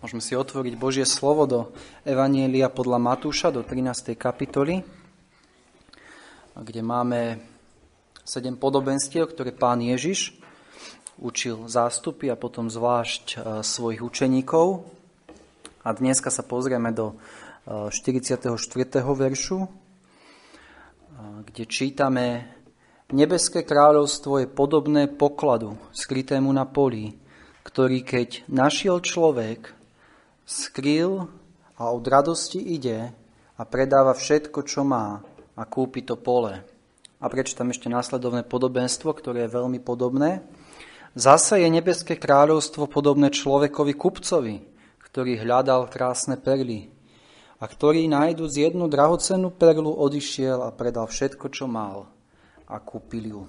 Môžeme si otvoriť Božie slovo do Evanjelia podľa Matúša, do 13. kapitoly, kde máme 7 podobenstiev, ktoré Pán Ježiš učil zástupy a potom zvlášť svojich učeníkov. A dneska sa pozrieme do 44. veršu, kde čítame: Nebeské kráľovstvo je podobné pokladu, skrytému na poli, ktorý keď našiel človek, skryl a od radosti ide a predáva všetko, čo má a kúpi to pole. A prečítam ešte následovné podobenstvo, ktoré je veľmi podobné. Zase je nebeské kráľovstvo podobné človekovi kupcovi, ktorý hľadal krásne perly a ktorý nájduc jednu drahocennú perlu odišiel a predal všetko, čo mal a kúpil ju.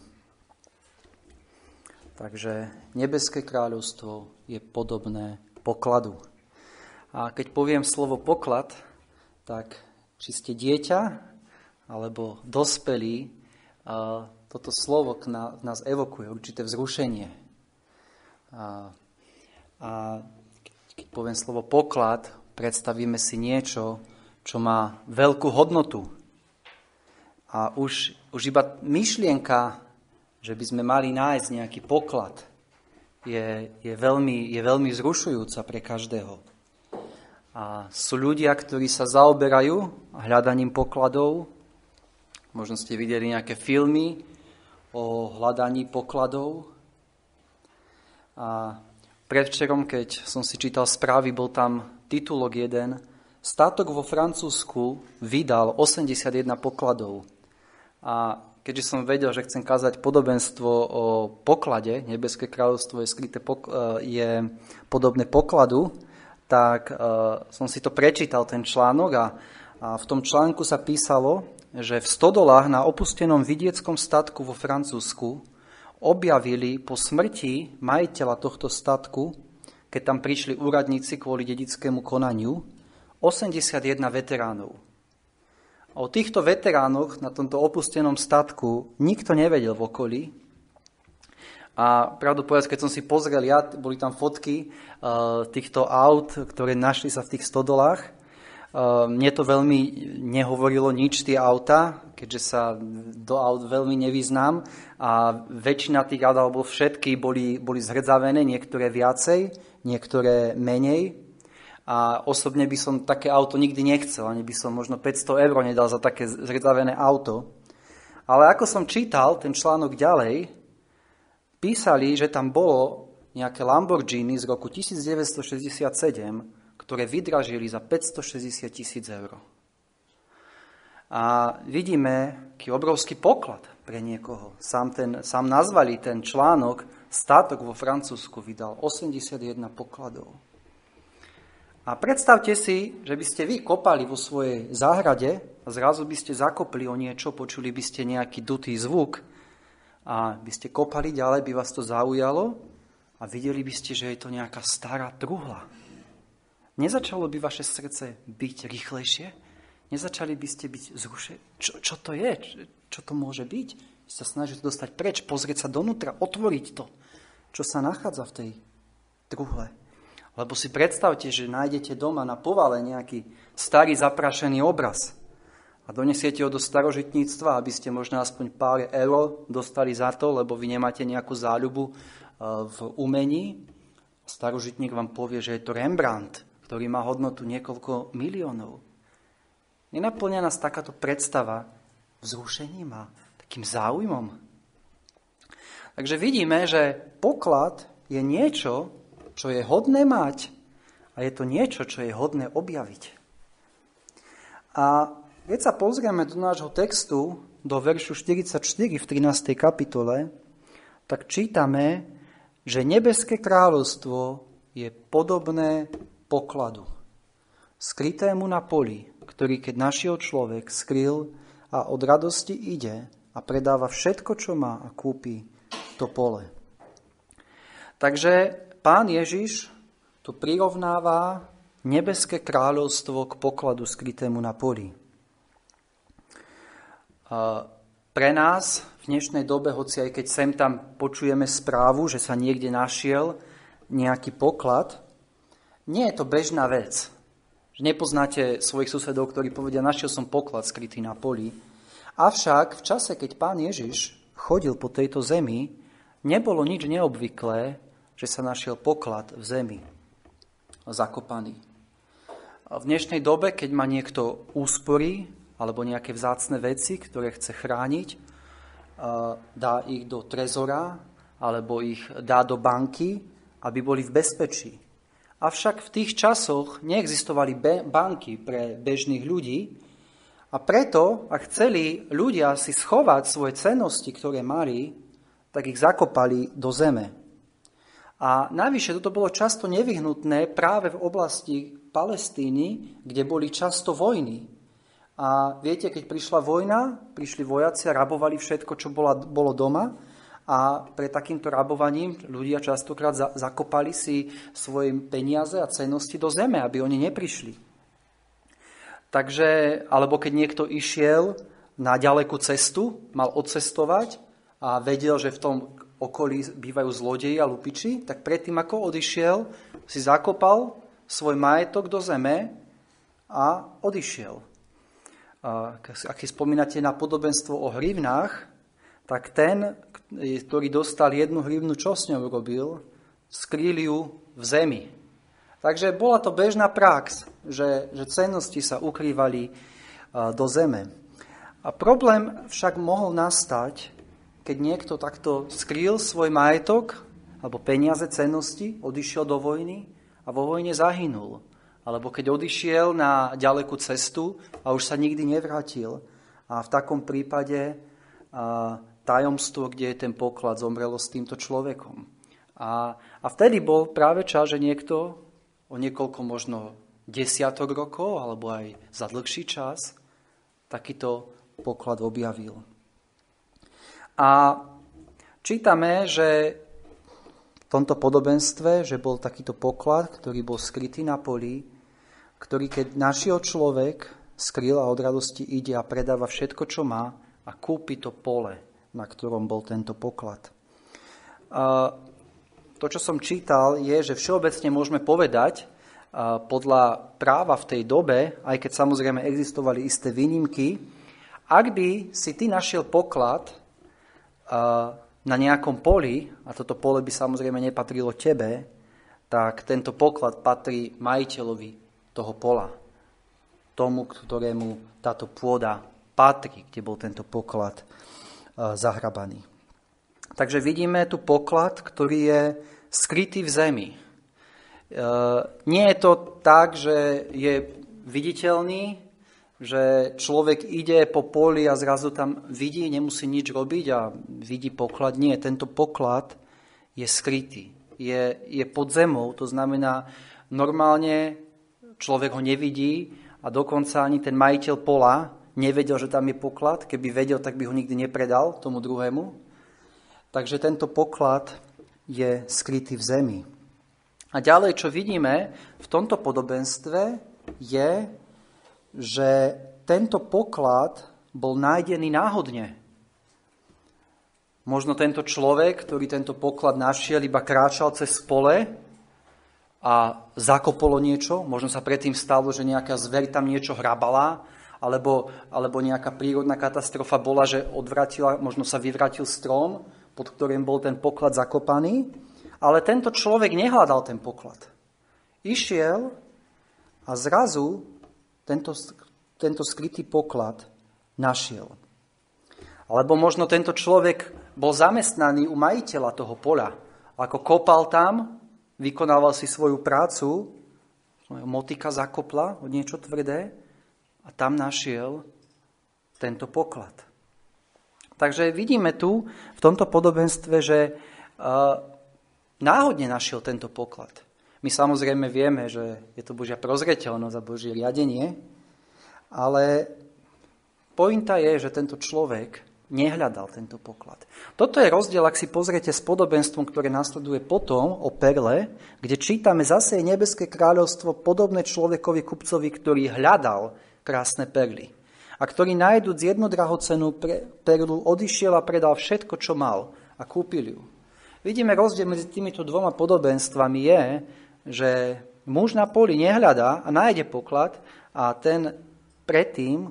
Takže nebeské kráľovstvo je podobné pokladu. A keď poviem slovo poklad, tak či ste dieťa alebo dospelí, toto slovo v nás evokuje určité vzrušenie. A keď poviem slovo poklad, predstavíme si niečo, čo má veľkú hodnotu. A už iba myšlienka, že by sme mali nájsť nejaký poklad, je veľmi vzrušujúca pre každého. A sú ľudia, ktorí sa zaoberajú hľadaním pokladov. Možno ste videli nejaké filmy o hľadaní pokladov. A predvčerom, keď som si čítal správy, bol tam titulok jeden: Státok vo Francúzsku vydal 81 pokladov. A keďže som vedel, že chcem kázať podobenstvo o poklade, nebeské kráľovstvo je podobné pokladu, tak som si to prečítal, ten článok, a v tom článku sa písalo, že v stodolách na opustenom vidieckom statku vo Francúzsku objavili po smrti majiteľa tohto statku, keď tam prišli úradníci kvôli dedickému konaniu, 81 veteránov. A o týchto veteránoch na tomto opustenom statku nikto nevedel v okolí. A pravdu povedať, keď som si pozrel, boli tam fotky týchto aut, ktoré našli sa v tých stodolách. Mne to veľmi nehovorilo nič, tie auta, keďže sa do aut veľmi nevyznám. A väčšina tých aut, alebo všetky, boli zhrdzavené, niektoré viacej, niektoré menej. A osobne by som také auto nikdy nechcel, ani by som možno 500 eur nedal za také zhrdzavené auto. Ale ako som čítal ten článok ďalej, písali, že tam bolo nejaké Lamborghini z roku 1967, ktoré vydražili za 560 000 eur. A vidíme, aký obrovský poklad pre niekoho. Sám nazvali ten článok: Státok vo Francúzsku vydal 81 pokladov. A predstavte si, že by ste vy kopali vo svojej záhrade a zrazu by ste zakopli o niečo, počuli by ste nejaký dutý zvuk a by ste kopali ďalej, by vás to zaujalo a videli by ste, že je to nejaká stará truhla. Nezačalo by vaše srdce byť rýchlejšie? Nezačali by ste byť zrušení? Čo to je? Čo to môže byť? Sa snažíte dostať preč, pozrieť sa donútra, otvoriť to, čo sa nachádza v tej truhle. Lebo si predstavte, že nájdete doma na povale nejaký starý zaprašený obraz a donesiete ho do starožitníctva, aby ste možno aspoň pár eur dostali za to, lebo vy nemáte nejakú záľubu v umení. Starožitník vám povie, že je to Rembrandt, ktorý má hodnotu niekoľko miliónov. Nenaplňa nás takáto predstava vzrušením a takým záujmom. Takže vidíme, že poklad je niečo, čo je hodné mať, a je to niečo, čo je hodné objaviť. A keď sa pozrieme do nášho textu, do veršu 44 v 13. kapitole, tak čítame, že nebeské kráľovstvo je podobné pokladu, skrytému na poli, ktorý keď našiel človek, skryl a od radosti ide a predáva všetko, čo má a kúpi to pole. Takže Pán Ježiš tu prirovnáva nebeské kráľovstvo k pokladu skrytému na poli. Pre nás v dnešnej dobe, hoci aj keď sem tam počujeme správu, že sa niekde našiel nejaký poklad, nie je to bežná vec. Nepoznáte svojich susedov, ktorí povedia, našiel som poklad skrytý na poli. Avšak v čase, keď Pán Ježiš chodil po tejto zemi, nebolo nič neobvyklé, že sa našiel poklad v zemi zakopaný. V dnešnej dobe, keď má niekto úspory alebo nejaké vzácne veci, ktoré chce chrániť, dá ich do trezora alebo ich dá do banky, aby boli v bezpečí. Avšak v tých časoch neexistovali banky pre bežných ľudí a preto, ak chceli ľudia si schovať svoje cennosti, ktoré mali, tak ich zakopali do zeme. A navyše toto bolo často nevyhnutné práve v oblasti Palestíny, kde boli často vojny. A viete, keď prišla vojna, prišli vojaci a rabovali všetko, čo bolo doma. A pre takýmto rabovaním ľudia častokrát zakopali si svoje peniaze a cennosti do zeme, aby oni neprišli. Takže, alebo keď niekto išiel na ďalekú cestu, mal odcestovať a vedel, že v tom okolí bývajú zlodeji a lupiči, tak predtým, ako odišiel, si zakopal svoj majetok do zeme a odišiel. Ak si spomínate na podobenstvo o hrivnách, tak ten, ktorý dostal 1 hrivnu, čo s ňou robil? Skrýl ju v zemi. Takže bola to bežná prax, že cennosti sa ukrývali do zeme. A problém však mohol nastať, keď niekto takto skrýl svoj majetok alebo peniaze, cennosti, odišiel do vojny a vo vojne zahynul. Alebo keď odišiel na ďalekú cestu a už sa nikdy nevrátil. A v takom prípade tajomstvo, kde je ten poklad, zomrelo s týmto človekom. A vtedy bol práve čas, že niekto o niekoľko možno desiatok rokov, alebo aj za dlhší čas, takýto poklad objavil. A čítame, že v tomto podobenstve, že bol takýto poklad, ktorý bol skrytý na poli, ktorý keď našiel človek, skryl a od radosti ide a predáva všetko, čo má a kúpi to pole, na ktorom bol tento poklad. To, čo som čítal, je, že všeobecne môžeme povedať, podľa práva v tej dobe, aj keď samozrejme existovali isté výnimky, ak by si ty našiel poklad na nejakom poli, a toto pole by samozrejme nepatrilo tebe, tak tento poklad patrí majiteľovi toho pola. Tomu, ktorému táto pôda patrí, kde bol tento poklad zahrabaný. Takže vidíme tu poklad, ktorý je skrytý v zemi. Nie je to tak, že je viditeľný, že človek ide po poli a zrazu tam vidí, nemusí nič robiť a vidí poklad. Nie, tento poklad je skrytý. Je pod zemou, to znamená, normálne človek ho nevidí a dokonca ani ten majiteľ pola nevedel, že tam je poklad. Keby vedel, tak by ho nikdy nepredal tomu druhému. Takže tento poklad je skrytý v zemi. A ďalej, čo vidíme v tomto podobenstve, je, že tento poklad bol nájdený náhodne. Možno tento človek, ktorý tento poklad našiel, iba kráčal cez pole a zakopolo niečo. Možno sa predtým stalo, že nejaká zver tam niečo hrabala, alebo nejaká prírodná katastrofa bola, že možno sa vyvratil strom, pod ktorým bol ten poklad zakopaný. Ale tento človek nehľadal ten poklad. Išiel a zrazu tento skrytý poklad našiel. Alebo možno tento človek bol zamestnaný u majiteľa toho poľa. Ako kopal tam, vykonával si svoju prácu, motika zakopla od niečo tvrdé a tam našiel tento poklad. Takže vidíme tu v tomto podobenstve, že náhodne našiel tento poklad. My samozrejme vieme, že je to Božia prozreteľnosť a Božie riadenie, ale pointa je, že tento človek nehľadal tento poklad. Toto je rozdiel, ak si pozriete s podobenstvom, ktoré nasleduje potom o perle, kde čítame zase nebeské kráľovstvo podobné človekovi kupcovi, ktorý hľadal krásne perly. A ktorý nájdúc jednu drahocennú perlu, odišiel a predal všetko, čo mal a kúpil ju. Vidíme rozdiel medzi týmito dvoma podobenstvami je, že muž na poli nehľadá a nájde poklad a ten predtým,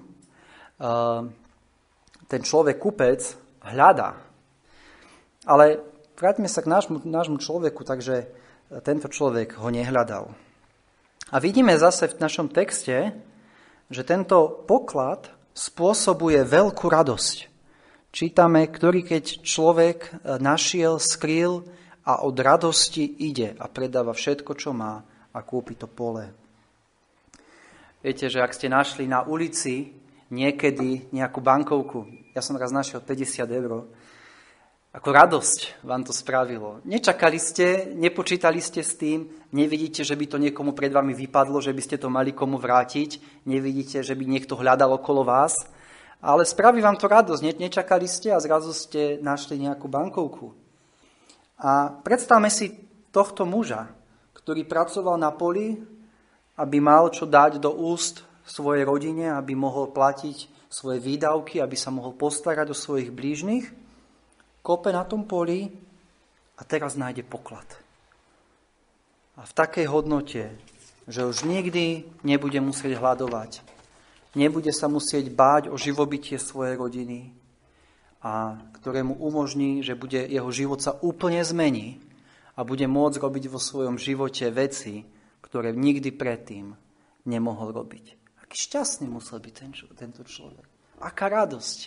ten človek, kupec, hľadá. Ale vráťme sa k nášmu človeku, takže tento človek ho nehľadal. A vidíme zase v našom texte, že tento poklad spôsobuje veľkú radosť. Čítame, ktorý keď človek našiel, skrýl a od radosti ide a predáva všetko, čo má a kúpi to pole. Viete, že ak ste našli na ulici niekedy nejakú bankovku, ja som raz našiel 50 €, ako radosť vám to spravilo. Nečakali ste, nepočítali ste s tým, nevidíte, že by to niekomu pred vami vypadlo, že by ste to mali komu vrátiť, nevidíte, že by niekto hľadal okolo vás, ale spraví vám to radosť, nečakali ste a zrazu ste našli nejakú bankovku. A predstavme si tohto muža, ktorý pracoval na poli, aby mal čo dať do úst svojej rodine, aby mohol platiť svoje výdavky, aby sa mohol postarať o svojich blížnych, kope na tom poli a teraz nájde poklad. A v takej hodnote, že už nikdy nebude musieť hľadovať, nebude sa musieť báť o živobytie svojej rodiny a ktorému umožní, že jeho život sa úplne zmení a bude môcť robiť vo svojom živote veci, ktoré nikdy predtým nemohol robiť. Aký šťastný musel byť tento človek. Aká radosť.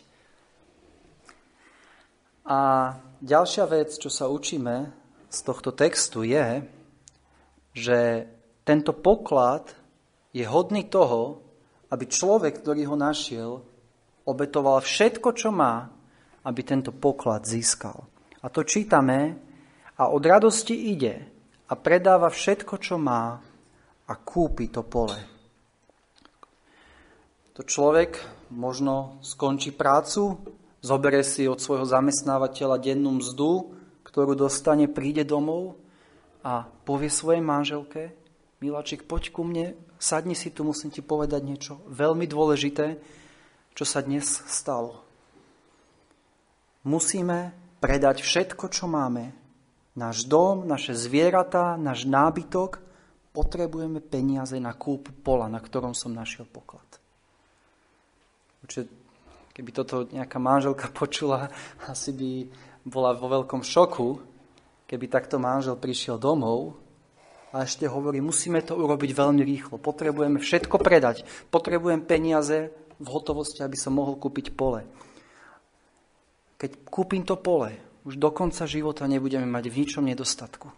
A ďalšia vec, čo sa učíme z tohto textu je, že tento poklad je hodný toho, aby človek, ktorý ho našiel, obetoval všetko, čo má, aby tento poklad získal. A to čítame a od radosti ide a predáva všetko, čo má a kúpi to pole. To človek možno skončí prácu, zoberie si od svojho zamestnávateľa dennú mzdu, ktorú dostane, príde domov a povie svojej manželke: Miláčik, poď ku mne, sadni si tu, musím ti povedať niečo veľmi dôležité, čo sa dnes stalo. Musíme predať všetko, čo máme. Náš dom, naše zvieratá, náš nábytok. Potrebujeme peniaze na kúpu pola, na ktorom som našiel poklad. Určite, keby toto nejaká manželka počula, asi by bola vo veľkom šoku, keby takto manžel prišiel domov a ešte hovorí: musíme to urobiť veľmi rýchlo, potrebujeme všetko predať, potrebujem peniaze v hotovosti, aby som mohol kúpiť pole. Keď kúpim to pole, už do konca života nebudeme mať v ničom nedostatku.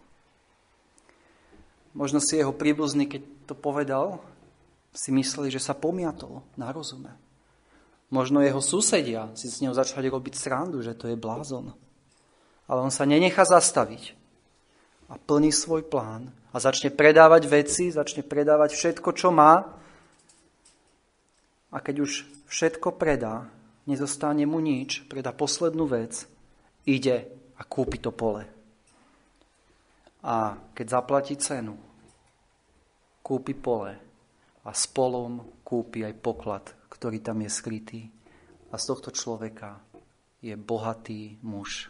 Možno si jeho príbuzný, keď to povedal, si mysleli, že sa pomiatol na rozume. Možno jeho susedia si s ňou začali robiť srandu, že to je blázon. Ale on sa nenechá zastaviť a plní svoj plán a začne predávať veci, začne predávať všetko, čo má. A keď už všetko predá, nezostane mu nič, predá poslednú vec, ide a kúpi to pole. A keď zaplatí cenu, kúpi pole a s polom kúpi aj poklad, ktorý tam je skrytý. A z tohto človeka je bohatý muž.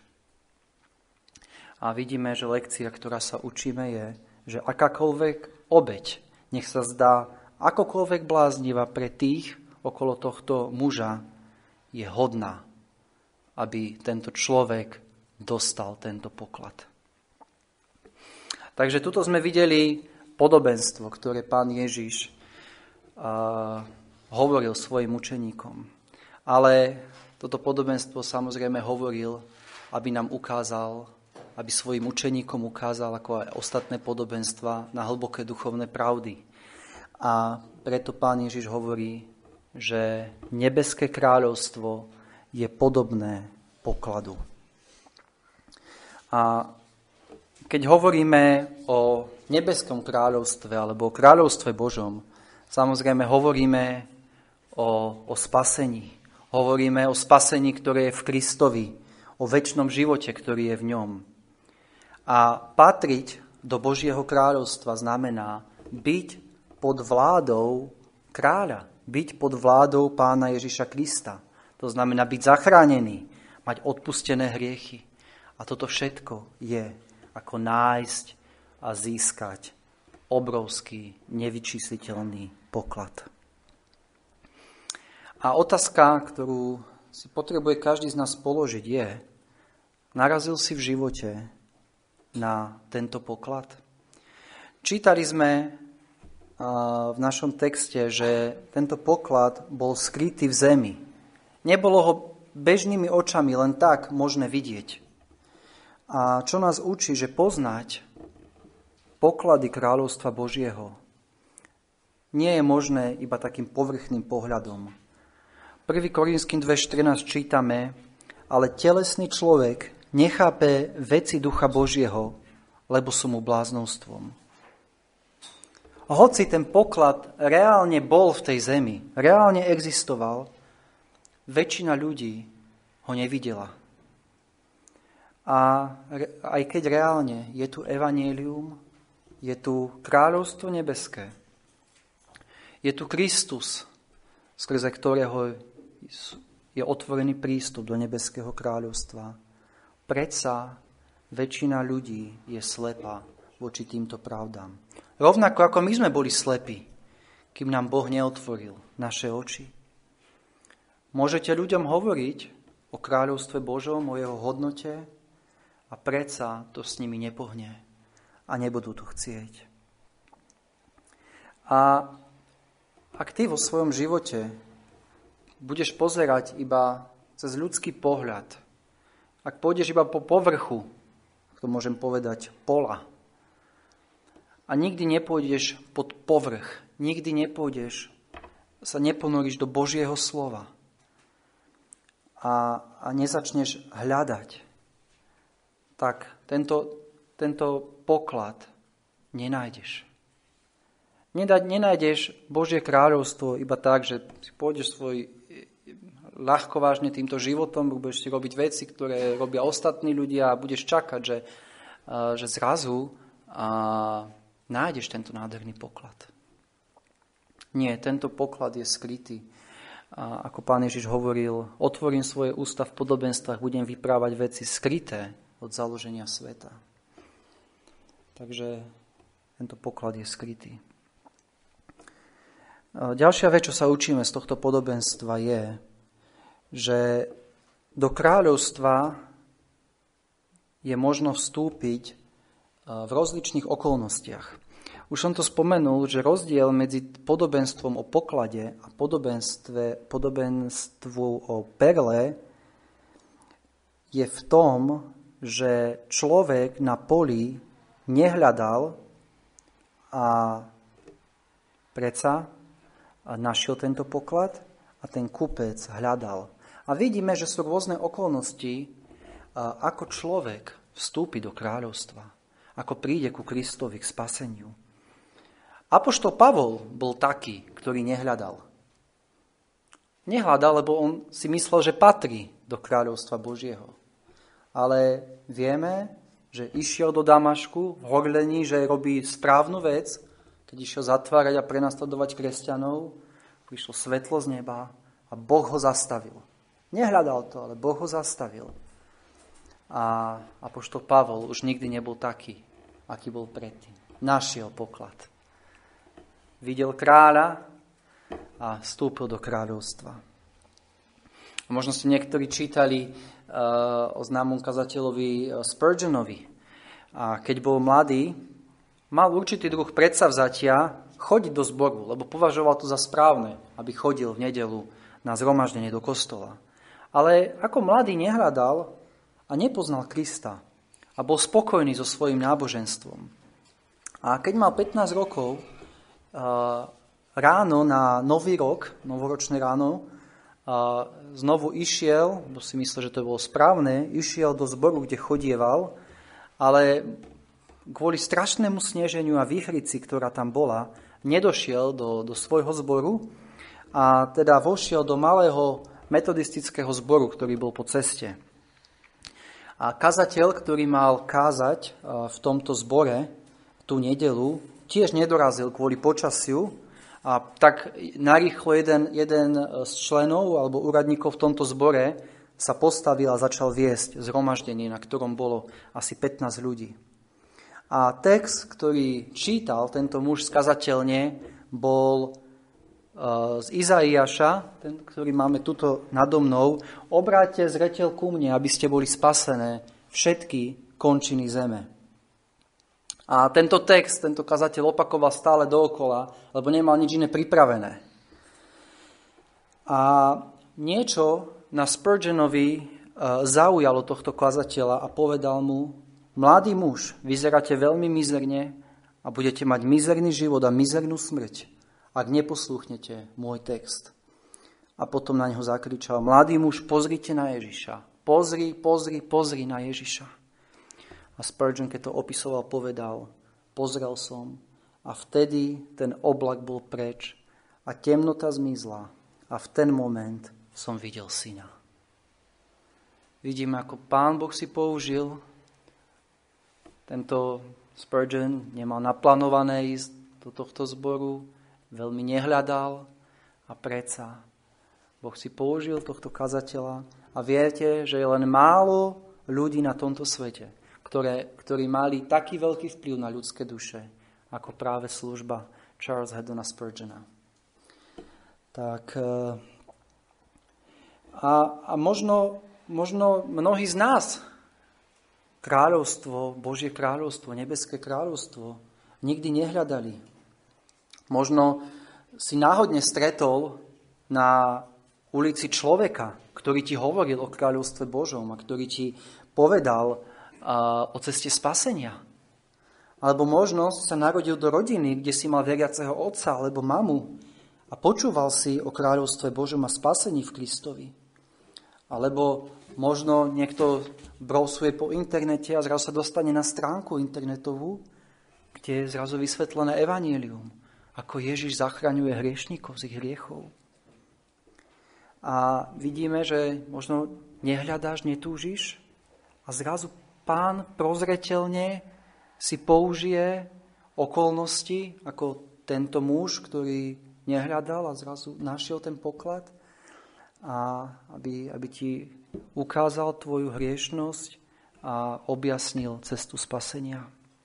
A vidíme, že lekcia, ktorá sa učíme, je, že akákoľvek obeť, nech sa zdá akokoľvek bláznivá pre tých okolo tohto muža, je hodná, aby tento človek dostal tento poklad. Takže tuto sme videli podobenstvo, ktoré Pán Ježiš hovoril svojim učeníkom. Ale toto podobenstvo samozrejme hovoril, aby nám ukázal, aby svojim učeníkom ukázal, ako aj ostatné podobenstva, na hlboké duchovné pravdy. A preto Pán Ježiš hovorí, že nebeské kráľovstvo je podobné pokladu. A keď hovoríme o nebeskom kráľovstve alebo o kráľovstve Božom, samozrejme hovoríme o spasení. Hovoríme o spasení, ktoré je v Kristovi, o večnom živote, ktorý je v ňom. A patriť do Božieho kráľovstva znamená byť pod vládou kráľa, byť pod vládou Pána Ježiša Krista. To znamená byť zachránený, mať odpustené hriechy. A toto všetko je ako nájsť a získať obrovský, nevyčísliteľný poklad. A otázka, ktorú si potrebuje každý z nás položiť je, narazil si v živote na tento poklad? Čítali sme v našom texte, že tento poklad bol skrytý v zemi. Nebolo ho bežnými očami len tak možné vidieť. A čo nás učí, že poznať poklady kráľovstva Božieho nie je možné iba takým povrchným pohľadom. 1. Korinským 2.14 čítame, ale telesný človek nechápe veci Ducha Božieho, lebo sú mu bláznostvom. Hoci ten poklad reálne bol v tej zemi, reálne existoval, väčšina ľudí ho nevidela. A aj keď reálne je tu evanjelium, je tu kráľovstvo nebeské, je tu Kristus, skrze ktorého je otvorený prístup do nebeského kráľovstva, predsa väčšina ľudí je slepá voči týmto pravdám. Rovnako ako my sme boli slepí, kým nám Boh neotvoril naše oči. Môžete ľuďom hovoriť o kráľovstve Božom, o jeho hodnote a predsa to s nimi nepohne a nebudú to chcieť. A ak ty vo svojom živote budeš pozerať iba cez ľudský pohľad, ak pôjdeš iba po povrchu, to môžem povedať, pola, a nikdy nepôjdeš pod povrch, nikdy sa neponoríš do Božieho slova a nezačneš hľadať, tak tento poklad nenájdeš. Nenájdeš Božie kráľovstvo iba tak, že pôjdeš svoj ľahkovážne týmto životom, budeš si robiť veci, ktoré robia ostatní ľudia a budeš čakať, že zrazu nájdeš tento nádherný poklad. Nie, tento poklad je skrytý. A ako Pán Ježiš hovoril, otvorím svoje ústa v podobenstvách, budem vyprávať veci skryté od založenia sveta. Takže tento poklad je skrytý. Ďalšia vec, čo sa učíme z tohto podobenstva je, že do kráľovstva je možno vstúpiť v rozličných okolnostiach. Už som to spomenul, že rozdiel medzi podobenstvom o poklade a podobenstvu o perle je v tom, že človek na poli nehľadal a predsa našiel tento poklad a ten kupec hľadal. A vidíme, že sú rôzne okolnosti, ako človek vstúpi do kráľovstva, ako príde ku Kristovi, k spaseniu. Apoštol Pavol bol taký, ktorý nehľadal. Nehľadal, lebo on si myslel, že patrí do kráľovstva Božieho. Ale vieme, že išiel do Damašku v horlení, že robí správnu vec, keď išiel zatvárať a prenasledovať kresťanov, prišlo svetlo z neba a Boh ho zastavil. Nehľadal to, ale Boh ho zastavil. A apoštol Pavol už nikdy nebol taký, aký bol predtým. Našiel poklad. Videl kráľa a vstúpil do kráľovstva. A možno ste niektorí čítali o známom kazateľovi Spurgeonovi. A keď bol mladý, mal určitý druh predsavzatia chodiť do zboru, lebo považoval to za správne, aby chodil v nedeľu na zhromaždenie do kostola. Ale ako mladý nehľadal a nepoznal Krista a bol spokojný so svojím náboženstvom. A keď mal 15 rokov, ráno na nový rok, novoročné ráno, znovu išiel, bo si myslel, že to bolo správne, išiel do zboru, kde chodieval, ale kvôli strašnému sneženiu a výchrici, ktorá tam bola, nedošiel do svojho zboru a teda vošiel do malého metodistického zboru, ktorý bol po ceste. A kazateľ, ktorý mal kázať v tomto zbore tú nedeľu, tiež nedorazil kvôli počasiu a tak narýchlo jeden z členov alebo úradníkov v tomto zbore sa postavil a začal viesť zhromaždenie, na ktorom bolo asi 15 ľudí. A text, ktorý čítal tento muž skazateľne, bol z Izaiáša, ten, ktorý máme tuto nado mnou. Obráťte zreteľ ku mne, aby ste boli spasené všetky končiny zeme. A tento text, tento kazateľ opakoval stále dookola, lebo nemal nič iné pripravené. A niečo na Spurgeonovi zaujalo tohto kazateľa a povedal mu: mladý muž, vyzeráte veľmi mizerne a budete mať mizerný život a mizernú smrť, ak neposlúchnete môj text. A potom na neho zakričal: mladý muž, pozrite na Ježiša. Pozri na Ježiša. A Spurgeon, keď to opisoval, povedal: pozrel som a vtedy ten oblak bol preč a temnota zmizla a v ten moment som videl syna. Vidíme, ako Pán Boh si použil. Tento Spurgeon nemal naplánované ísť do tohto zboru, veľmi nehľadal a predsa Boh si použil tohto kazateľa a viete, že je len málo ľudí na tomto svete, ktorí mali taký veľký vplyv na ľudské duše, ako práve služba Charles Haddona Spurgeona. Tak a možno mnohí z nás kráľovstvo, Božie kráľovstvo, nebeské kráľovstvo nikdy nehľadali. Možno si náhodne stretol na ulici človeka, ktorý ti hovoril o kráľovstve Božom a ktorý ti povedal o ceste spasenia. Alebo možno si sa narodil do rodiny, kde si mal veriaceho otca alebo mamu a počúval si o kráľovstve Božom a spasení v Kristovi. Alebo možno niekto browsuje po internete a zrazu sa dostane na stránku internetovú, kde je zrazu vysvetlené evanjelium, ako Ježiš zachraňuje hriešnikov z ich hriechov. A vidíme, že možno nehľadáš, netúžiš a zrazu Pán prozreteľne si použije okolnosti, ako tento muž, ktorý nehľadal a zrazu našiel ten poklad, a aby ti ukázal tvoju hriešnosť a objasnil cestu spasenia.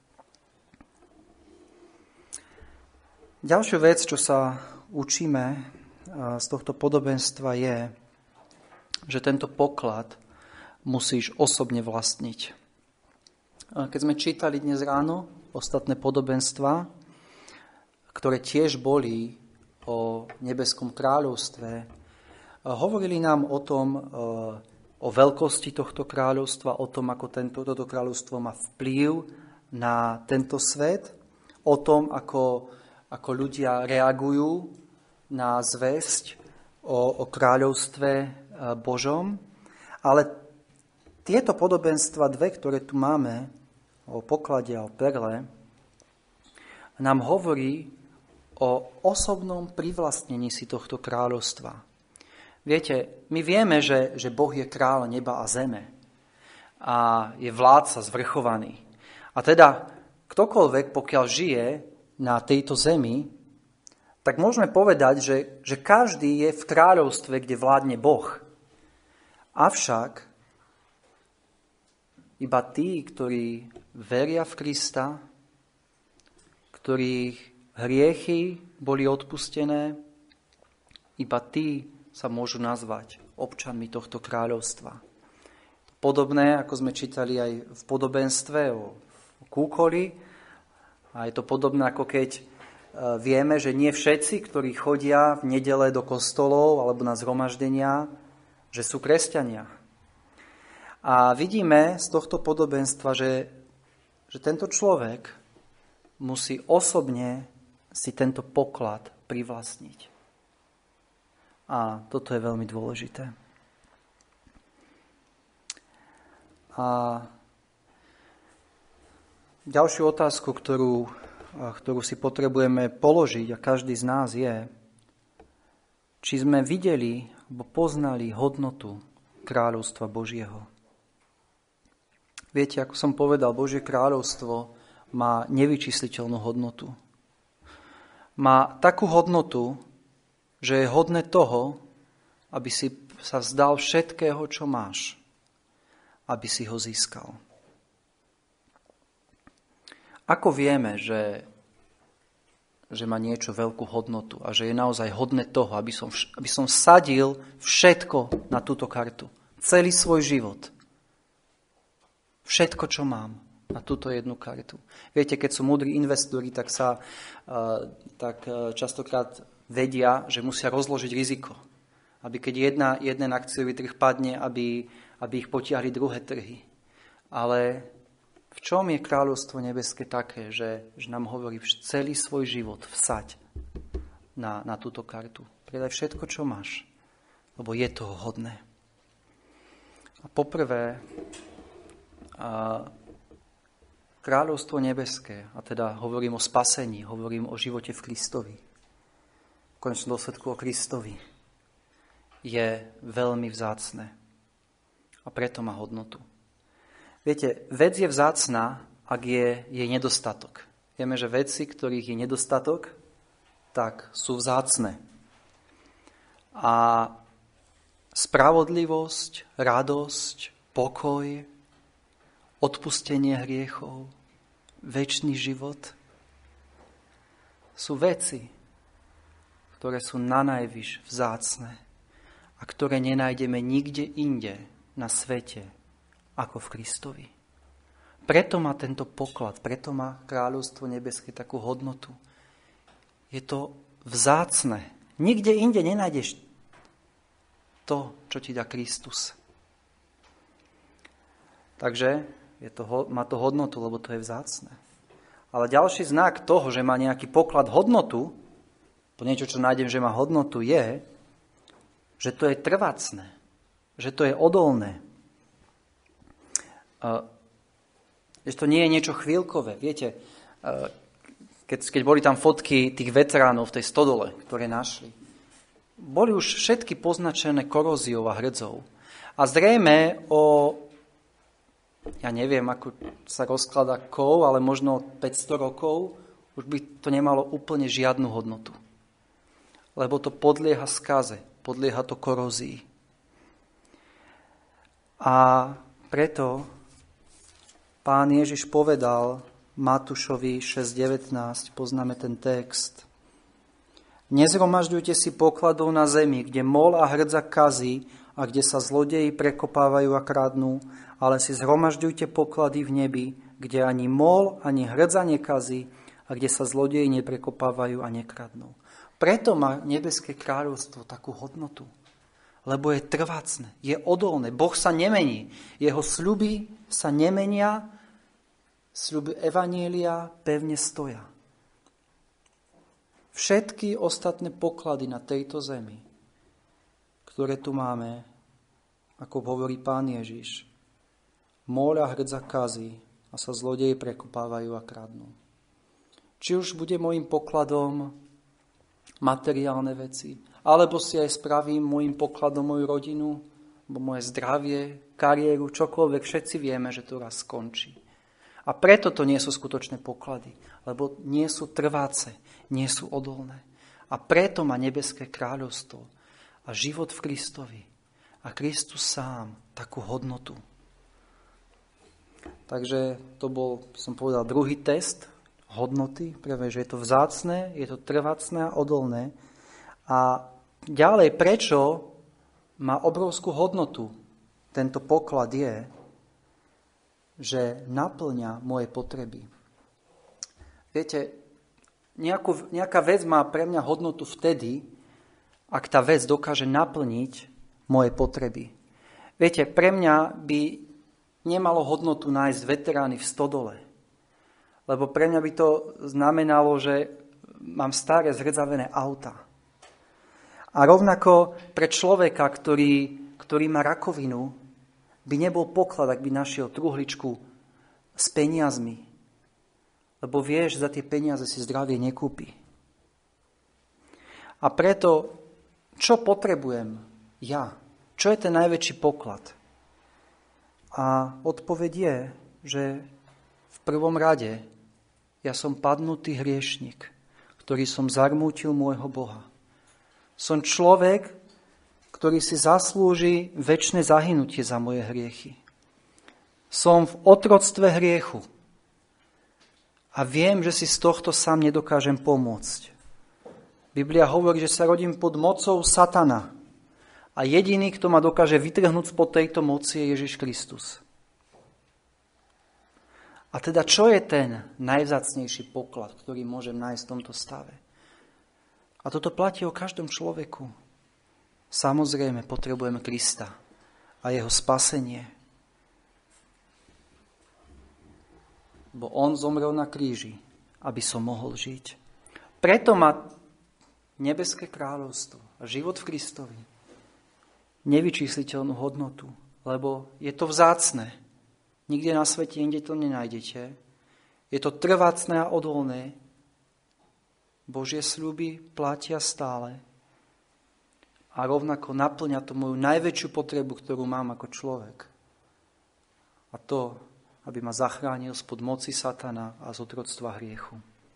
Ďalšia vec, čo sa učíme z tohto podobenstva, je, že tento poklad musíš osobne vlastniť. Keď sme čítali dnes ráno ostatné podobenstva, ktoré tiež boli o nebeskom kráľovstve, hovorili nám o tom, o veľkosti tohto kráľovstva, o tom, ako toto kráľovstvo má vplyv na tento svet, o tom, ako ľudia reagujú na zvesť o kráľovstve Božom. Ale tieto podobenstva, dve, ktoré tu máme, o poklade a o perle, nám hovorí o osobnom privlastnení si tohto kráľovstva. Viete, my vieme, že Boh je kráľ neba a zeme a je vládca zvrchovaný. A teda ktokoľvek, pokiaľ žije na tejto zemi, tak môžeme povedať, že každý je v kráľovstve, kde vládne Boh. Avšak iba tí, ktorí veria v Krista, ktorých hriechy boli odpustené, iba tí sa môžu nazvať občanmi tohto kráľovstva. Podobné, ako sme čítali aj v podobenstve o kúkoli, a je to podobné, ako keď vieme, že nie všetci, ktorí chodia v nedele do kostolov alebo na zhromaždenia, že sú kresťania. A vidíme z tohto podobenstva, že tento človek musí osobne si tento poklad privlastniť. A toto je veľmi dôležité. A ďalšiu otázku, ktorú si potrebujeme položiť, a každý z nás, je, či sme videli alebo poznali hodnotu kráľovstva Božieho. Viete, ako som povedal, Božie kráľovstvo má nevyčísliteľnú hodnotu. Má takú hodnotu, že je hodné toho, aby si sa vzdal všetkého, čo máš, aby si ho získal. Ako vieme, že má niečo veľkú hodnotu a že je naozaj hodné toho, aby som sadil všetko na túto kartu. Celý svoj život. Všetko, čo mám na túto jednu kartu. Viete, keď sú múdri investori, tak častokrát vedia, že musia rozložiť riziko. Aby keď jeden akciový trh padne, aby ich potiahli druhé trhy. Ale v čom je kráľovstvo nebeské také, že nám hovorí celý svoj život vsaď na túto kartu. Predaj všetko, čo máš, lebo je toho hodné. A poprvé, kráľovstvo nebeské, a teda hovorím o spasení, hovorím o živote v Kristovi, v konečnom dôsledku o Kristovi, je veľmi vzácne a preto má hodnotu. Viete, vec je vzácna, ak je jej nedostatok. Vieme, že veci, ktorých je nedostatok, tak sú vzácne. A spravodlivosť, radosť, pokoj, odpustenie hriechov, večný život sú veci, ktoré sú nanajvyš vzácne a ktoré nenájdeme nikde inde na svete ako v Kristovi. Preto má tento poklad, preto má kráľovstvo nebeské takú hodnotu. Je to vzácne. Nikde inde nenájdeš to, čo ti dá Kristus. Takže má to hodnotu, lebo to je vzácne. Ale ďalší znak toho, že má nejaký poklad hodnotu, to niečo, čo nájdem, že má hodnotu, je, že to je trvácne, že to je odolné. Že to nie je niečo chvíľkové. Viete, keď boli tam fotky tých veteránov v tej stodole, ktoré našli, boli už všetky poznačené koróziou a hrdzou. A zrejme ja neviem, ako sa rozkladá kov, ale možno 500 rokov, už by to nemalo úplne žiadnu hodnotu. Lebo to podlieha skaze, podlieha to korózii. A preto Pán Ježiš povedal Matúšovi 6.19, poznáme ten text. Nezhromažďujte si pokladov na zemi, kde mol a hrdza kazí a kde sa zlodeji prekopávajú a kradnú, ale si zhromažďujte poklady v nebi, kde ani mol, ani hrdza nekazí a kde sa zlodeji neprekopávajú a nekradnú. Preto má nebeské kráľovstvo takú hodnotu, lebo je trvácne, je odolné. Boh sa nemení, jeho sľuby sa nemenia, sľuby evanjelia pevne stoja. Všetky ostatné poklady na tejto zemi, ktoré tu máme, ako hovorí Pán Ježiš, môľa hrdza kazí a sa zlodeji prekopávajú a kradnú. Či už bude môjim pokladom materiálne veci, alebo si aj spravím môjim pokladom moju rodinu, alebo moje zdravie, kariéru, čokoľvek, všetci vieme, že to raz skončí. A preto to nie sú skutočné poklady, lebo nie sú trváce, nie sú odolné. A preto má nebeské kráľovstvo a život v Kristovi a Kristus sám takú hodnotu. Takže to bol, som povedal, druhý test hodnoty. Prvé, že je to vzácne, je to trvácne a odolné. A ďalej, prečo má obrovskú hodnotu tento poklad je, že naplňa moje potreby. Viete, nejaká vec má pre mňa hodnotu vtedy, ak tá vec dokáže naplniť moje potreby. Viete, pre mňa by nemalo hodnotu nájsť veterány v stodole, lebo pre mňa by to znamenalo, že mám staré zhrdzavené auta. A rovnako pre človeka, ktorý má rakovinu, by nebol poklad, ak by našiel truhličku s peniazmi. Lebo vieš, za tie peniaze si zdravie nekúpi. A preto, čo potrebujem ja? Čo je ten najväčší poklad? A odpoveď je, že v prvom rade ja som padnutý hriešnik, ktorý som zarmútil môjho Boha. Som človek, ktorý si zaslúži večné zahynutie za moje hriechy. Som v otroctve hriechu. A viem, že si z tohto sám nedokážem pomôcť. Biblia hovorí, že sa rodím pod mocou satana. A jediný, kto ma dokáže vytrhnúť spod tejto moci, je Ježiš Kristus. A teda čo je ten najvzácnejší poklad, ktorý môžem nájsť v tomto stave? A toto platí o každom človeku. Samozrejme, potrebujeme Krista a jeho spasenie. Bo on zomrel na kríži, aby som mohol žiť. Preto má nebeské kráľovstvo a život v Kristovi nevyčísliteľnú hodnotu, lebo je to vzácne. Nikde na svete, inde to nenájdete. Je to trvácne a odolné. Božie sľuby platia stále. A rovnako naplňa to moju najväčšiu potrebu, ktorú mám ako človek. A to, aby ma zachránil spod moci satana a z otroctva hriechu.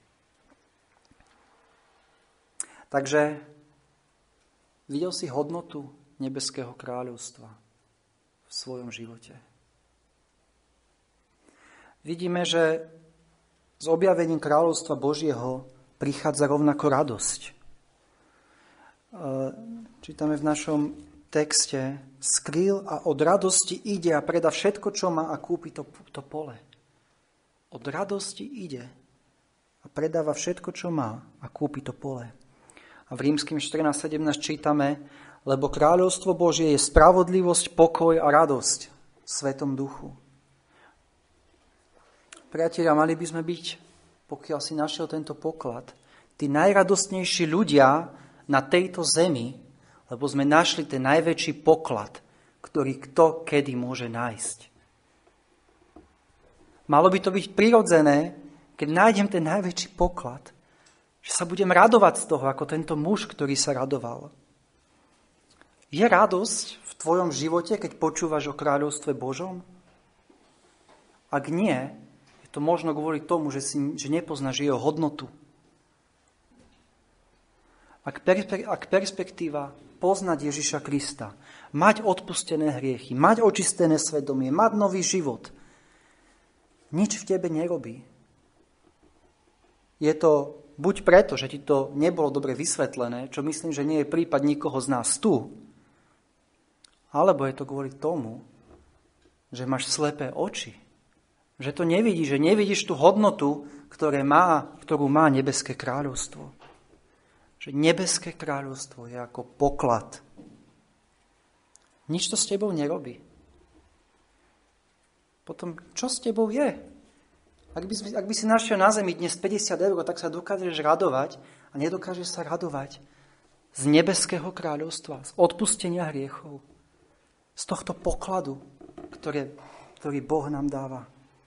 Takže videl si hodnotu nebeského kráľovstva v svojom živote. Vidíme, že s objavením kráľovstva Božieho prichádza rovnako radosť. Čítame v našom texte: skrýl a od radosti ide a predá všetko, čo má a kúpi to pole. Od radosti ide a predáva všetko, čo má a kúpi to pole. A v Rímskym 14:17 čítame: lebo kráľovstvo Božie je spravodlivosť, pokoj a radosť v Svetom Duchu. Priatelia, mali by sme byť, pokiaľ si našiel tento poklad, tí najradostnejší ľudia na tejto zemi, lebo sme našli ten najväčší poklad, ktorý kto kedy môže nájsť. Malo by to byť prirodzené, keď nájdem ten najväčší poklad, že sa budem radovať z toho, ako tento muž, ktorý sa radoval. Je radosť v tvojom živote, keď počúvaš o kráľovstve Božom? Ak nie, je to možno kvôli tomu, že nepoznáš jeho hodnotu. Ak perspektíva poznať Ježiša Krista, mať odpustené hriechy, mať očistené svedomie, mať nový život, nič v tebe nerobí. Je to buď preto, že ti to nebolo dobre vysvetlené, čo myslím, že nie je prípad nikoho z nás tu, alebo je to kvôli tomu, že máš slepé oči. Že to nevidíš, že nevidíš tú hodnotu, ktorú má nebeské kráľovstvo. Že nebeské kráľovstvo je ako poklad. Nič to s tebou nerobí. Potom, čo s tebou je? Ak by si našiel na zemi dnes 50 eur, tak sa dokážeš radovať a nedokážeš sa radovať z nebeského kráľovstva, z odpustenia hriechov, z tohto pokladu, ktorý Boh nám dáva.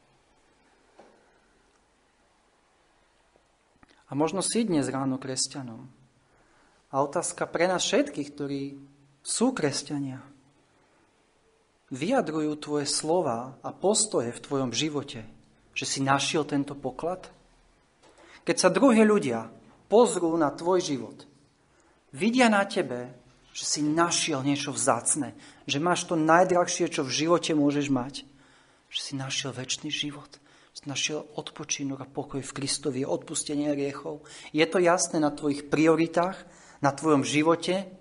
A možno si dnes ráno kresťanom. A otázka pre nás všetkých, ktorí sú kresťania. Vyjadrujú tvoje slova a postoje v tvojom živote, že si našiel tento poklad? Keď sa druhí ľudia pozrú na tvoj život, vidia na tebe, že si našiel niečo vzácne, že máš to najdrahšie, čo v živote môžeš mať, že si našiel večný život, že si našiel odpočinok a pokoj v Kristovi, odpustenie hriechov. Je to jasné na tvojich prioritách, na tvojom živote?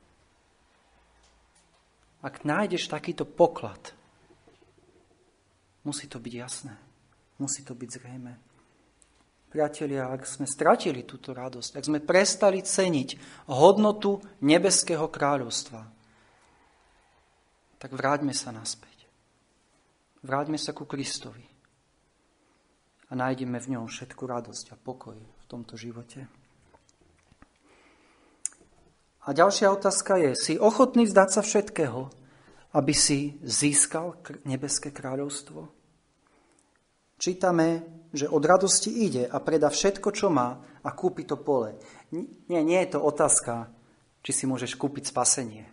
Ak nájdeš takýto poklad, musí to byť jasné, musí to byť zrejmé. Priatelia, ak sme stratili túto radosť, ak sme prestali ceniť hodnotu nebeského kráľovstva, tak vráťme sa naspäť. Vráťme sa ku Kristovi a nájdeme v ňom všetku radosť a pokoj v tomto živote. A ďalšia otázka je, si ochotný vzdať sa všetkého, aby si získal nebeské kráľovstvo? Čítame, že od radosti ide a predá všetko, čo má a kúpi to pole. Nie je to otázka, či si môžeš kúpiť spasenie.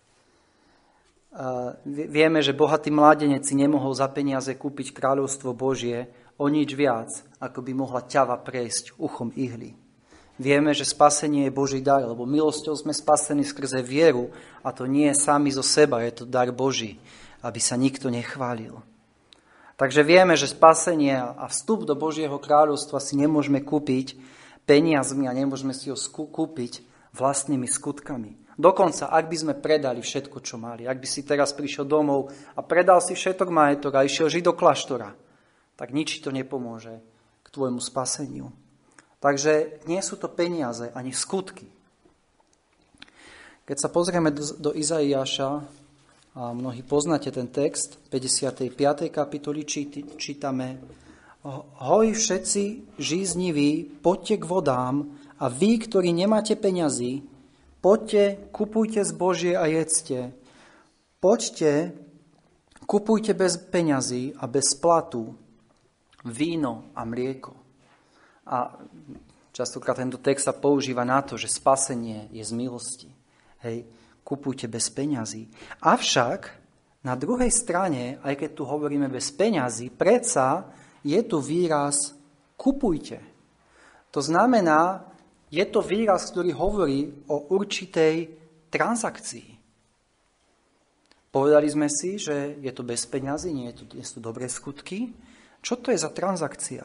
Vieme, že bohatý mládenec si nemohol za peniaze kúpiť kráľovstvo Božie o nič viac, ako by mohla ťava prejsť uchom ihly. Vieme, že spasenie je Boží dar, lebo milosťou sme spasení skrze vieru a to nie je sami zo seba, je to dar Boží, aby sa nikto nechválil. Takže vieme, že spasenie a vstup do Božieho kráľovstva si nemôžeme kúpiť peniazmi a nemôžeme si ho kúpiť vlastnými skutkami. Dokonca, ak by sme predali všetko, čo mali, ak by si teraz prišiel domov a predal si všetok majetok a išiel žiť do kláštora, tak nič to nepomôže k tvojmu spaseniu. Takže nie sú to peniaze ani skutky. Keď sa pozrieme do Izaiáša, a mnohí poznáte ten text, 55. kapitoly čítame: Hoj všetci žízniví, poďte k vodám, a vy, ktorí nemáte peňazí, poďte, kupujte zbožie a jedzte. Poďte, kupujte bez peňazí a bez platu víno a mlieko. A častokrát tento text sa používa na to, že spasenie je z milosti. Hej, kupujte bez peňazí. Avšak na druhej strane, aj keď tu hovoríme bez peňazí, predsa je tu výraz kupujte. To znamená, je to výraz, ktorý hovorí o určitej transakcii. Povedali sme si, že je to bez peňazí, nie sú to dobré skutky. Čo to je za transakcia?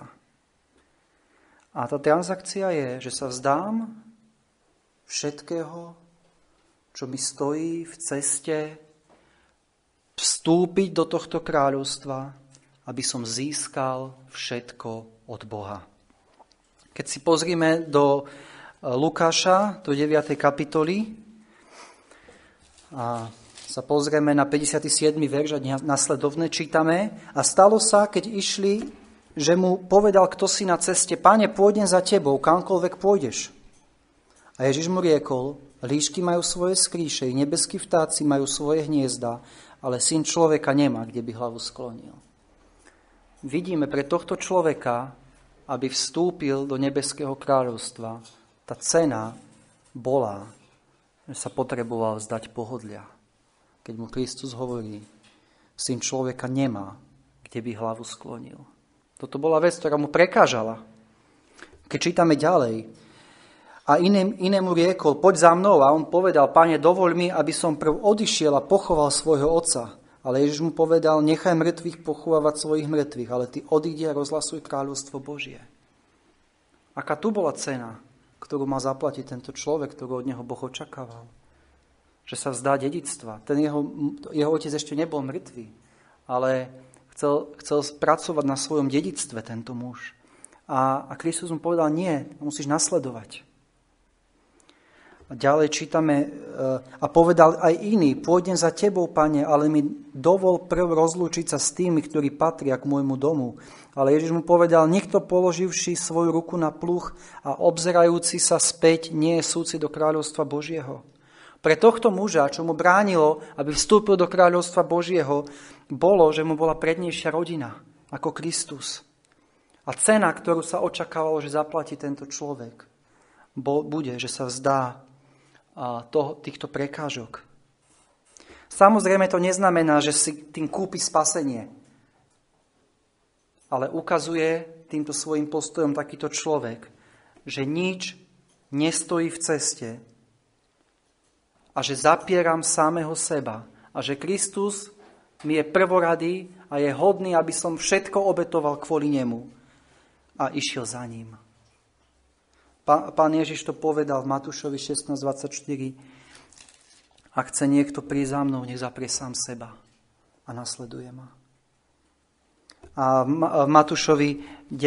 A tá transakcia je, že sa vzdám všetkého, čo mi stojí v ceste vstúpiť do tohto kráľovstva, aby som získal všetko od Boha. Keď si pozrime do Lukáša, do 9. kapitoly, a sa pozrieme na 57. verš a nasledovne čítame: A stalo sa, keď išli, že mu povedal kto si na ceste: Páne, pôjdem za tebou, kamkoľvek pôjdeš. A Ježiš mu riekol: Líšky majú svoje skríše, i nebeskí vtáci majú svoje hniezda, ale syn človeka nemá, kde by hlavu sklonil. Vidíme pre tohto človeka, aby vstúpil do nebeského kráľovstva, tá cena bola, že sa potreboval vzdať pohodlia. Keď mu Kristus hovorí: syn človeka nemá, kde by hlavu sklonil. Toto bola vec, ktorá mu prekážala. Keď čítame ďalej: A inému riekol: Poď za mnou. A on povedal: Pane, dovoľ mi, aby som prv odišiel a pochoval svojho otca. Ale Ježiš mu povedal: Nechaj mŕtvych pochovávať svojich mŕtvych, ale ty odídi a rozhlasuj kráľovstvo Božie. Aká tu bola cena, ktorú mal zaplatiť tento človek, ktorú od neho Boh očakával? Že sa vzdá dedičstva. Ten jeho otec ešte nebol mŕtvý, ale chcel pracovať na svojom dedičstve tento muž. A Kristus mu povedal: Nie, musíš nasledovať. A ďalej čítame: A povedal aj iný: Pôjdem za tebou, Pane, ale mi dovol prv rozlúčiť sa s tými, ktorí patria k môjmu domu. Ale Ježiš mu povedal: Nikto položivši svoju ruku na pluh a obzerajúci sa späť nie je súci do kráľovstva Božieho. Pre tohto muža, čo mu bránilo, aby vstúpil do kráľovstva Božieho, bolo, že mu bola prednejšia rodina ako Kristus. A cena, ktorú sa očakávalo, že zaplatí tento človek, bude, že sa vzdá týchto prekážok. Samozrejme to neznamená, že si tým kúpi spasenie, ale ukazuje týmto svojim postojom takýto človek, že nič nestojí v ceste a že zapieram samého seba a že Kristus mi je prvoradý a je hodný, aby som všetko obetoval kvôli nemu a išiel za ním. Pán Ježiš to povedal v Matúšovi 16:24. Ak chce niekto prísť za mnou, nech zaprie sám seba a nasleduje ma. A v Matúšovi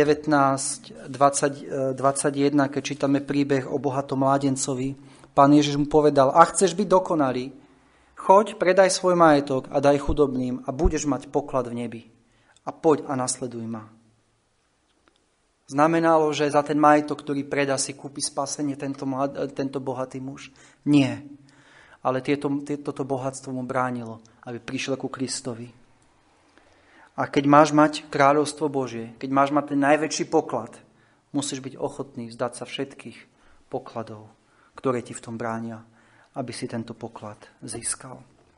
19:21, keď čítame príbeh o bohatom mládencovi, Pán Ježiš mu povedal: Ak chceš byť dokonalý, choď, predaj svoj majetok a daj chudobným a budeš mať poklad v nebi. A poď a nasleduj ma. Znamenalo, že za ten majetok, ktorý predá, si kúpi spasenie tento bohatý muž? Nie. Ale toto bohatstvo mu bránilo, aby prišiel ku Kristovi. A keď máš mať kráľovstvo Božie, keď máš mať ten najväčší poklad, musíš byť ochotný vzdať sa všetkých pokladov, ktoré ti v tom bránia, aby si tento poklad získal.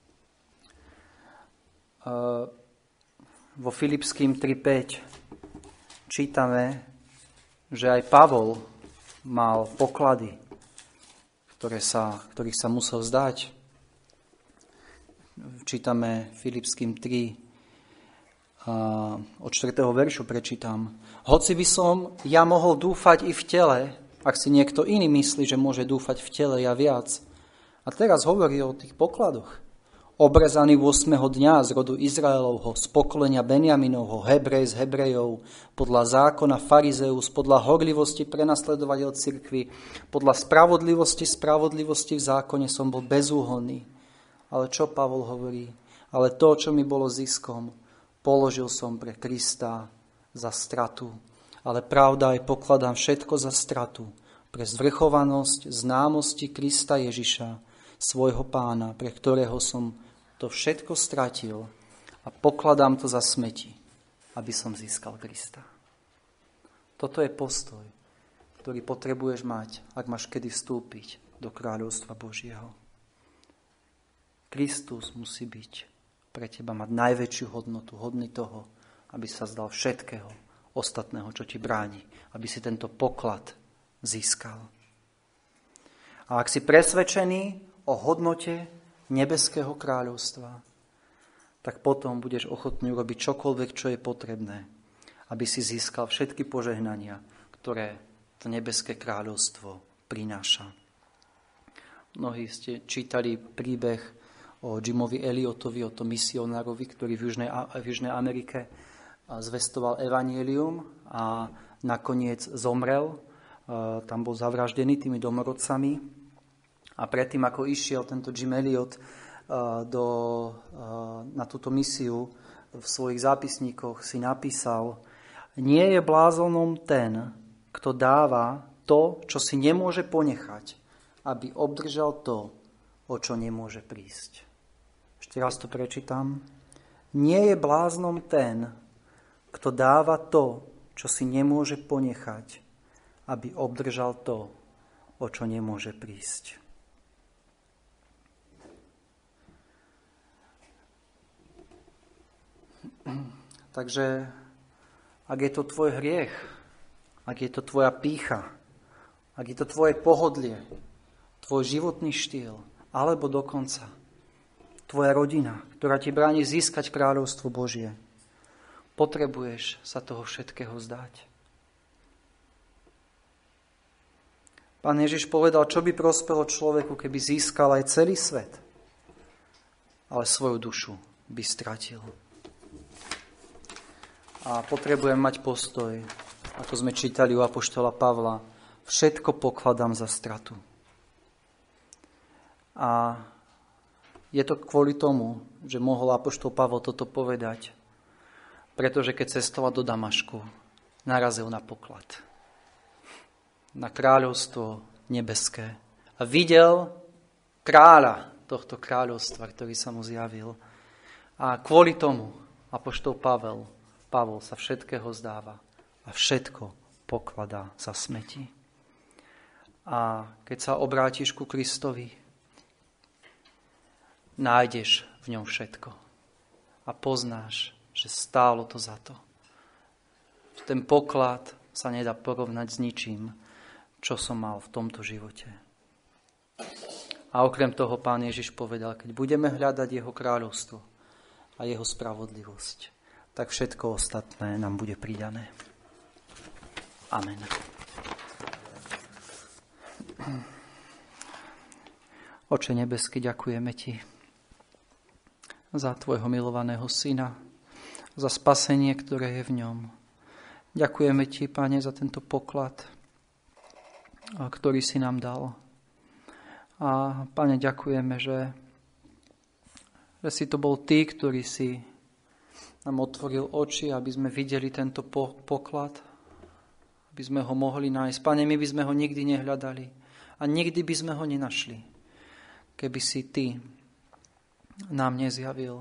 Vo Filipským 3:5 čítame, že aj Pavol mal poklady, ktorých sa musel vzdať. Čítame Filipským 3, od 4. veršu prečítam. Hoci by som ja mohol dúfať i v tele, ak si niekto iný myslí, že môže dúfať v tele, ja viac. A teraz hovorí o tých pokladoch. Obrezaný 8. dňa z rodu Izraelovho, z pokolenia Benjaminovho, Hebrej z Hebrejov, podľa zákona Farizeus, podľa horlivosti prenasledovateľ cirkvi, podľa spravodlivosti v zákone som bol bezúhonný. Ale čo Pavol hovorí? Ale to, čo mi bolo ziskom, položil som pre Krista za stratu. Ale pravda aj pokladám všetko za stratu pre zvrchovanosť známosti Krista Ježiša, svojho Pána, pre ktorého som to všetko stratil a pokladám to za smeti, aby som získal Krista. Toto je postoj, ktorý potrebuješ mať, ak máš kedy vstúpiť do kráľovstva Božieho. Kristus musí byť pre teba mať najväčšiu hodnotu, hodný toho, aby sa zdal všetkého ostatného, čo ti bráni, aby si tento poklad získal. A ak si presvedčený o hodnote nebeského kráľovstva, tak potom budeš ochotný urobiť čokoľvek, čo je potrebné, aby si získal všetky požehnania, ktoré to nebeské kráľovstvo prináša. Mnohí ste čítali príbeh o Jimovi Elliotovi, o tom misionárovi, ktorý v Južnej Amerike zvestoval evanjelium a nakoniec zomrel. Tam bol zavraždený tými domorodcami. A predtým, ako išiel tento Jim Elliot na túto misiu, v svojich zápisníkoch si napísal: nie je blázonom ten, kto dáva to, čo si nemôže ponechať, aby obdržal to, o čo nemôže prísť. Ešte raz to prečítam. Nie je bláznom ten, kto dáva to, čo si nemôže ponechať, aby obdržal to, o čo nemôže prísť. Takže ak je to tvoj hriech, ak je to tvoja pýcha, ak je to tvoje pohodlie, tvoj životný štýl, alebo dokonca tvoja rodina, ktorá ti bráni získať kráľovstvo Božie, potrebuješ sa toho všetkého vzdať. Pán Ježiš povedal, čo by prospelo človeku, keby získal aj celý svet, ale svoju dušu by stratil. A potrebujem mať postoj, ako sme čítali u apoštola Pavla, všetko pokladám za stratu. A je to kvôli tomu, že mohol apoštol Pavol toto povedať, pretože keď cestoval do Damašku, narazil na poklad, na kráľovstvo nebeské a videl kráľa tohto kráľovstva, ktorý sa mu zjavil. A kvôli tomu apoštol Pavol sa všetkého zdáva a všetko pokladá za smeti. A keď sa obrátiš ku Kristovi, nájdeš v ňom všetko. A poznáš, že stálo to za to. Ten poklad sa nedá porovnať s ničím, čo som mal v tomto živote. A okrem toho Pán Ježiš povedal, keď budeme hľadať jeho kráľovstvo a jeho spravodlivosť, tak všetko ostatné nám bude pridané. Amen. Oče nebeský, ďakujeme ti za tvojho milovaného syna, za spasenie, ktoré je v ňom. Ďakujeme ti, Pane, za tento poklad, ktorý si nám dal. A Pane, ďakujeme, že si to bol ty, ktorý si nám otvoril oči, aby sme videli tento poklad, aby sme ho mohli nájsť. Pane, my by sme ho nikdy nehľadali a nikdy by sme ho nenašli, keby si ty nám nezjavil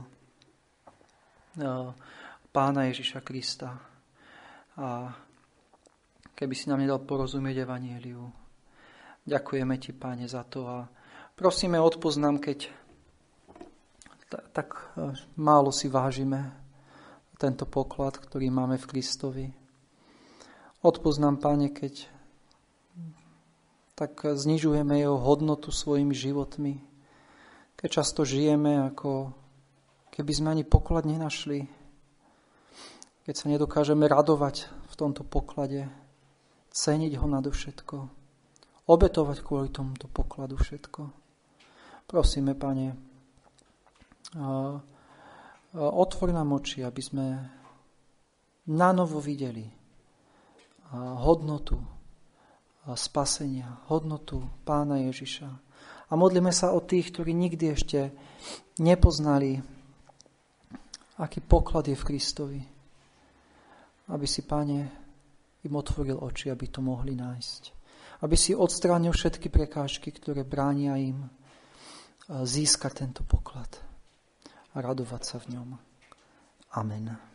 Pána Ježiša Krista a keby si nám nedal porozumieť evanjeliu. Ďakujeme ti, Páne, za to a prosíme, odpusť nám, keď tak málo si vážime tento poklad, ktorý máme v Kristovi. Odpusť nám, Pane, keď tak znižujeme jeho hodnotu svojimi životmi, keď často žijeme, ako keby sme ani poklad nenašli. keď sa nedokážeme radovať v tomto poklade, ceniť ho nadovšetko, obetovať kvôli tomuto pokladu všetko. Prosíme, Pane, otvor nám oči, aby sme nanovo videli hodnotu spasenia, hodnotu Pána Ježiša. A modlíme sa o tých, ktorí nikdy ešte nepoznali, aký poklad je v Kristovi. Aby si, Pane, im otvoril oči, aby to mohli nájsť. Aby si odstránil všetky prekážky, ktoré bránia im získať tento poklad a radovať sa v ňom. Amen.